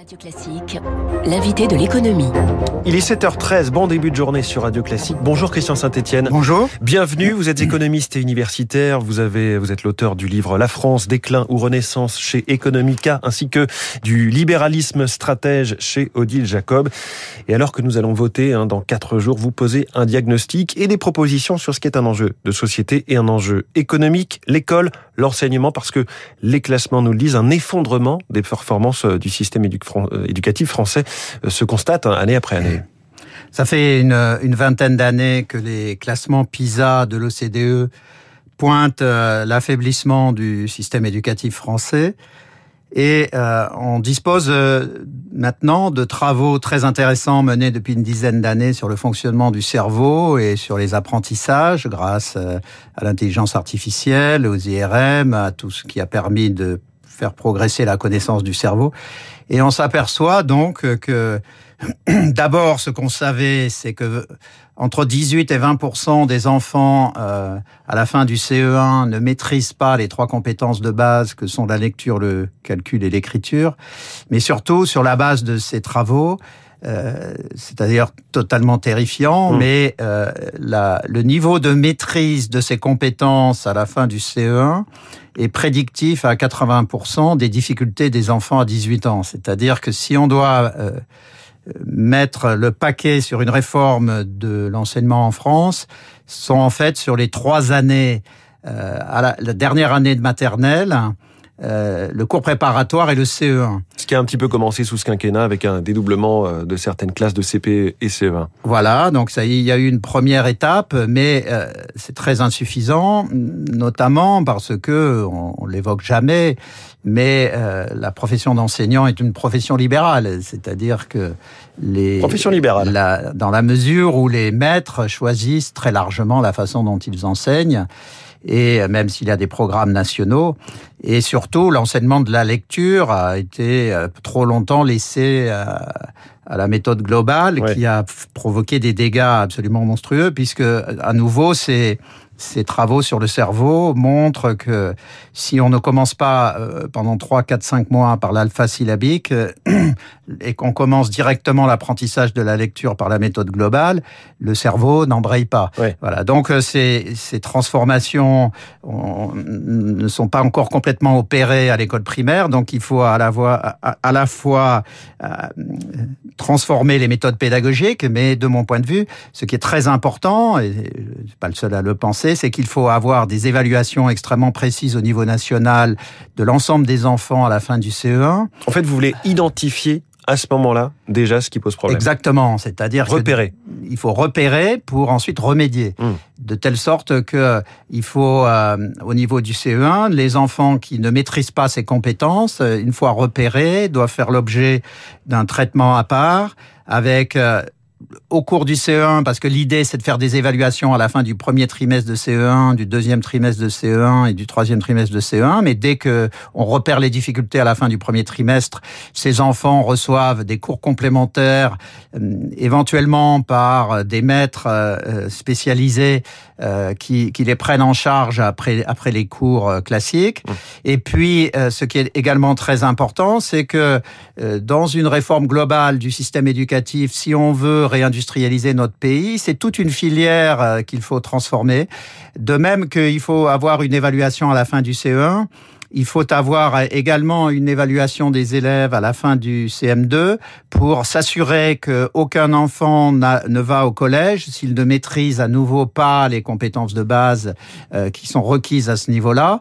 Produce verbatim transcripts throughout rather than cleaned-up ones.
Radio Classique, l'invité de l'économie. Il est sept heures treize, bon début de journée sur Radio Classique. Bonjour Christian Saint-Etienne. Bonjour. Bienvenue, vous êtes économiste et universitaire. Vous avez, vous êtes l'auteur du livre La France, déclin ou renaissance chez Economica, ainsi que du libéralisme stratège chez Odile Jacob. Et alors que nous allons voter hein, dans quatre jours, vous posez un diagnostic et des propositions sur ce qui est un enjeu de société et un enjeu économique, l'école, l'enseignement, parce que les classements nous le disent, un effondrement des performances du système éducatif français se constate année après année. Ça fait une, une vingtaine d'années que les classements PISA de l'O C D E pointent l'affaiblissement du système éducatif français. Et euh, on dispose euh, maintenant de travaux très intéressants menés depuis une dizaine d'années sur le fonctionnement du cerveau et sur les apprentissages grâce euh, à l'intelligence artificielle, aux I R M, à tout ce qui a permis de faire progresser la connaissance du cerveau. Et on s'aperçoit donc que d'abord, ce qu'on savait, c'est que entre dix-huit et vingt pour cent des enfants euh, à la fin du C E un ne maîtrisent pas les trois compétences de base que sont la lecture, le calcul et l'écriture. Mais surtout, sur la base de ces travaux, euh, c'est d'ailleurs totalement terrifiant, mmh. mais euh, la, le niveau de maîtrise de ces compétences à la fin du C E un est prédictif à quatre-vingts pour cent des difficultés des enfants à dix-huit ans. C'est-à-dire que si on doit euh, mettre le paquet sur une réforme de l'enseignement en France, sont en fait sur les trois années, euh, à la, la dernière année de maternelle, euh, le cours préparatoire et le C E un. Ce qui a un petit peu commencé sous ce quinquennat avec un dédoublement de certaines classes de C P et C E un. Voilà, donc ça, il y a eu une première étape, mais euh, c'est très insuffisant, notamment parce que on, on l'évoque jamais, mais euh, la profession d'enseignant est une profession libérale, c'est-à-dire que les profession libérale, la, dans la mesure où les maîtres choisissent très largement la façon dont ils enseignent. Et même s'il y a des programmes nationaux, et surtout l'enseignement de la lecture a été trop longtemps laissé à, à la méthode globale, ouais. qui a provoqué des dégâts absolument monstrueux, puisque à nouveau c'est Ces travaux sur le cerveau montrent que si on ne commence pas pendant trois, quatre, cinq mois par l'alpha-syllabique et qu'on commence directement l'apprentissage de la lecture par la méthode globale, le cerveau n'embraye pas. Oui. Voilà. Donc ces, ces transformations on, ne sont pas encore complètement opérées à l'école primaire, donc il faut à la, voie, à, à la fois euh, transformer les méthodes pédagogiques, mais de mon point de vue, ce qui est très important, et je ne suis pas le seul à le penser, c'est qu'il faut avoir des évaluations extrêmement précises au niveau national de l'ensemble des enfants à la fin du C E un. En fait, vous voulez identifier à ce moment-là déjà ce qui pose problème. Exactement, c'est-à-dire repérer. Il faut repérer pour ensuite remédier, mmh. de telle sorte que il faut euh, au niveau du C E un, les enfants qui ne maîtrisent pas ces compétences, une fois repérés, doivent faire l'objet d'un traitement à part avec euh, au cours du C E un, parce que l'idée c'est de faire des évaluations à la fin du premier trimestre de C E un, du deuxième trimestre de C E un et du troisième trimestre de C E un, mais dès que on repère les difficultés à la fin du premier trimestre, ces enfants reçoivent des cours complémentaires, euh, éventuellement par des maîtres euh, spécialisés euh, qui, qui les prennent en charge après, après les cours euh, classiques. Mmh. Et puis, euh, ce qui est également très important, c'est que euh, dans une réforme globale du système éducatif, si on veut réindustrialiser notre pays, c'est toute une filière qu'il faut transformer. De même qu'il faut avoir une évaluation à la fin du C E un, il faut avoir également une évaluation des élèves à la fin du C M deux pour s'assurer qu'aucun enfant n'a, ne va au collège s'il ne maîtrise à nouveau pas les compétences de base euh, qui sont requises à ce niveau-là.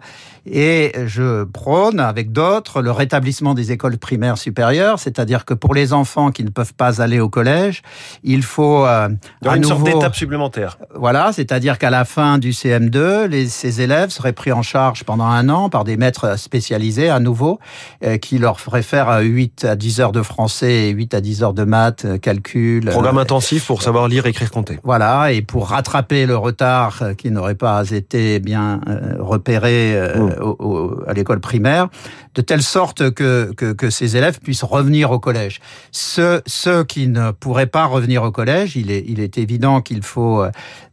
Et je prône, avec d'autres, le rétablissement des écoles primaires supérieures, c'est-à-dire que pour les enfants qui ne peuvent pas aller au collège, il faut euh, il y a à une nouveau, sorte d'étape supplémentaire. Voilà, c'est-à-dire qu'à la fin du C M deux, les, ces élèves seraient pris en charge pendant un an par des maîtres spécialisés à nouveau, euh, qui leur feraient faire huit à dix heures de français et huit à dix heures de maths, euh, calcul. Programme euh, intensif pour savoir lire, écrire, compter. Voilà, et pour rattraper le retard qui n'aurait pas été bien euh, repéré euh, mmh. au, au, à l'école primaire, de telle sorte que, que, que ces élèves puissent revenir au collège. Ceux, ceux qui ne pourraient pas revenir au collège, il est, il est évident qu'il faut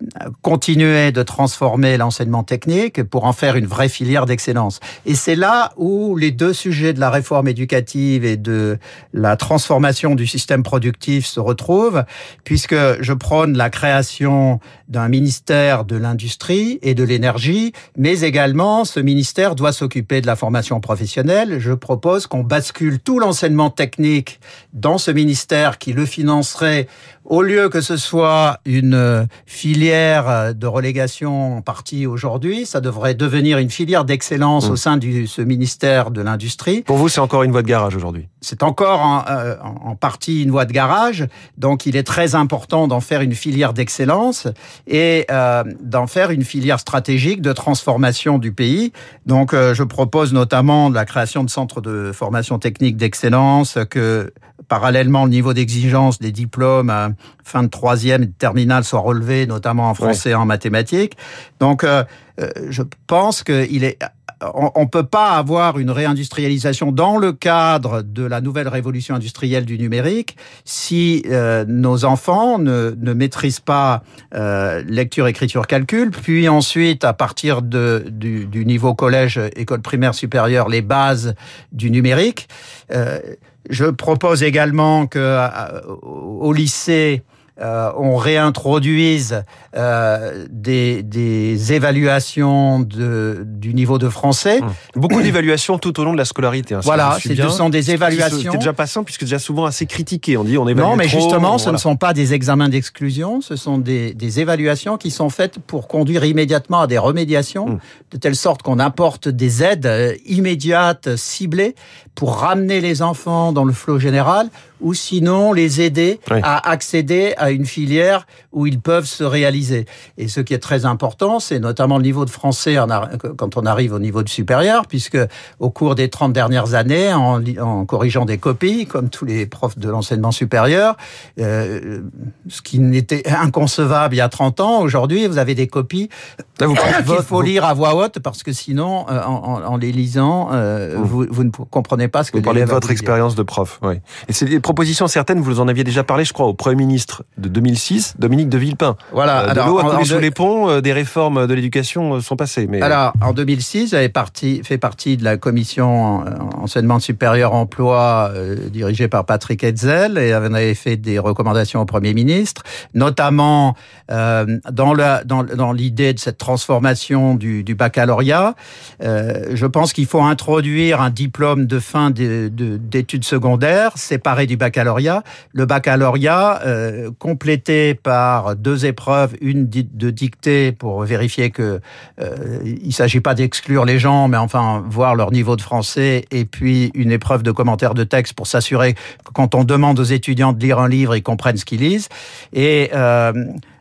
continuer de transformer l'enseignement technique pour en faire une vraie filière d'excellence. Et c'est là où les deux sujets de la réforme éducative et de la transformation du système productif se retrouvent, puisque je prône la création d'un ministère de l'industrie et de l'énergie, mais également ce ministère doit s'occuper de la formation professionnelle. Je propose qu'on bascule tout l'enseignement technique dans ce ministère qui le financerait, au lieu que ce soit une filière de relégation en partie aujourd'hui, ça devrait devenir une filière d'excellence mmh. au sein de ce ministère de l'Industrie. Pour vous, c'est encore une voie de garage aujourd'hui? C'est encore en, euh, en partie une voie de garage, donc il est très important d'en faire une filière d'excellence et euh, d'en faire une filière stratégique de transformation du pays. Donc euh, je propose notamment la création de centres de formation technique d'excellence, que parallèlement le niveau d'exigence des diplômes à fin de troisième et de terminale soit relevé, notamment en français ouais. et en mathématiques. Donc euh, je pense qu'il est... On ne peut pas avoir une réindustrialisation dans le cadre de la nouvelle révolution industrielle du numérique si euh, nos enfants ne, ne maîtrisent pas euh, lecture, écriture, calcul, puis ensuite, à partir de, du, du niveau collège, école primaire supérieure, les bases du numérique. Euh, je propose également que euh, au lycée, Euh, on réintroduise euh, des, des évaluations de, du niveau de français. Mmh. Beaucoup d'évaluations tout au long de la scolarité. Hein, voilà, si ce sont des évaluations. C'est déjà pas simple puisque c'est déjà souvent assez critiqué. On dit on évalue Non, mais trop, justement, ce voilà. ne sont pas des examens d'exclusion, ce sont des, des évaluations qui sont faites pour conduire immédiatement à des remédiations, mmh. de telle sorte qu'on apporte des aides immédiates, ciblées, pour ramener les enfants dans le flot général, ou sinon les aider oui. à accéder à une filière où ils peuvent se réaliser. Et ce qui est très important, c'est notamment le niveau de français en a, quand on arrive au niveau du supérieur, puisque au cours des trente dernières années, en, en corrigeant des copies, comme tous les profs de l'enseignement supérieur, euh, ce qui n'était inconcevable il y a trente ans, aujourd'hui, vous avez des copies Là, vous qu'il faut lire à voix haute, parce que sinon, euh, en, en les lisant, euh, mmh. vous, vous ne comprenez pas ce que vous parlez de votre expérience de prof. Oui. Et c'est des propositions certaines, vous en aviez déjà parlé, je crois, au Premier ministre de deux mille six, Dominique de Villepin. Voilà. Euh, de l'eau a coulé sous les ponts, euh, des réformes de l'éducation sont passées. Mais... Alors, en deux mille six, j'avais parti, fait partie de la commission enseignement supérieur emploi euh, dirigée par Patrick Hetzel, et on avait fait des recommandations au Premier ministre, notamment euh, dans, la, dans, dans l'idée de cette transformation du, du baccalauréat. Euh, je pense qu'il faut introduire un diplôme de fin de, de, d'études secondaires séparé du baccalauréat. Le baccalauréat euh, complété par deux épreuves, une de dictée pour vérifier que euh, il s'agit pas d'exclure les gens, mais enfin voir leur niveau de français, et puis une épreuve de commentaire de texte pour s'assurer que quand on demande aux étudiants de lire un livre, ils comprennent ce qu'ils lisent. Et euh,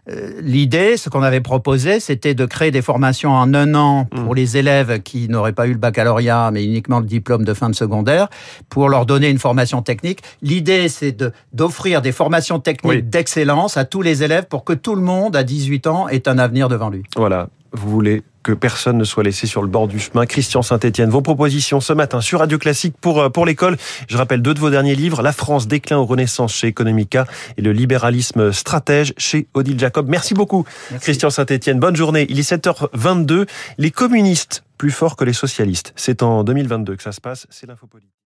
l'idée, ce qu'on avait proposé, c'était de créer des formations en un an pour mmh. les élèves qui n'auraient pas eu le baccalauréat, mais uniquement le diplôme de fin de secondaire, pour leur donner une formation technique. L'idée, c'est de, d'offrir des formations techniques oui. d'excellence à tous les élèves pour que tout le monde, à dix-huit ans, ait un avenir devant lui. Voilà. Vous voulez que personne ne soit laissé sur le bord du chemin. Christian Saint-Etienne, vos propositions ce matin sur Radio Classique pour, pour l'école. Je rappelle deux de vos derniers livres, La France, déclin ou renaissance chez Economica et Le libéralisme stratège chez Odile Jacob. Merci beaucoup, Merci. Christian Saint-Etienne. Bonne journée. Il est sept heures vingt-deux. Les communistes plus forts que les socialistes. C'est en deux mille vingt-deux que ça se passe. C'est l'Infopolitique.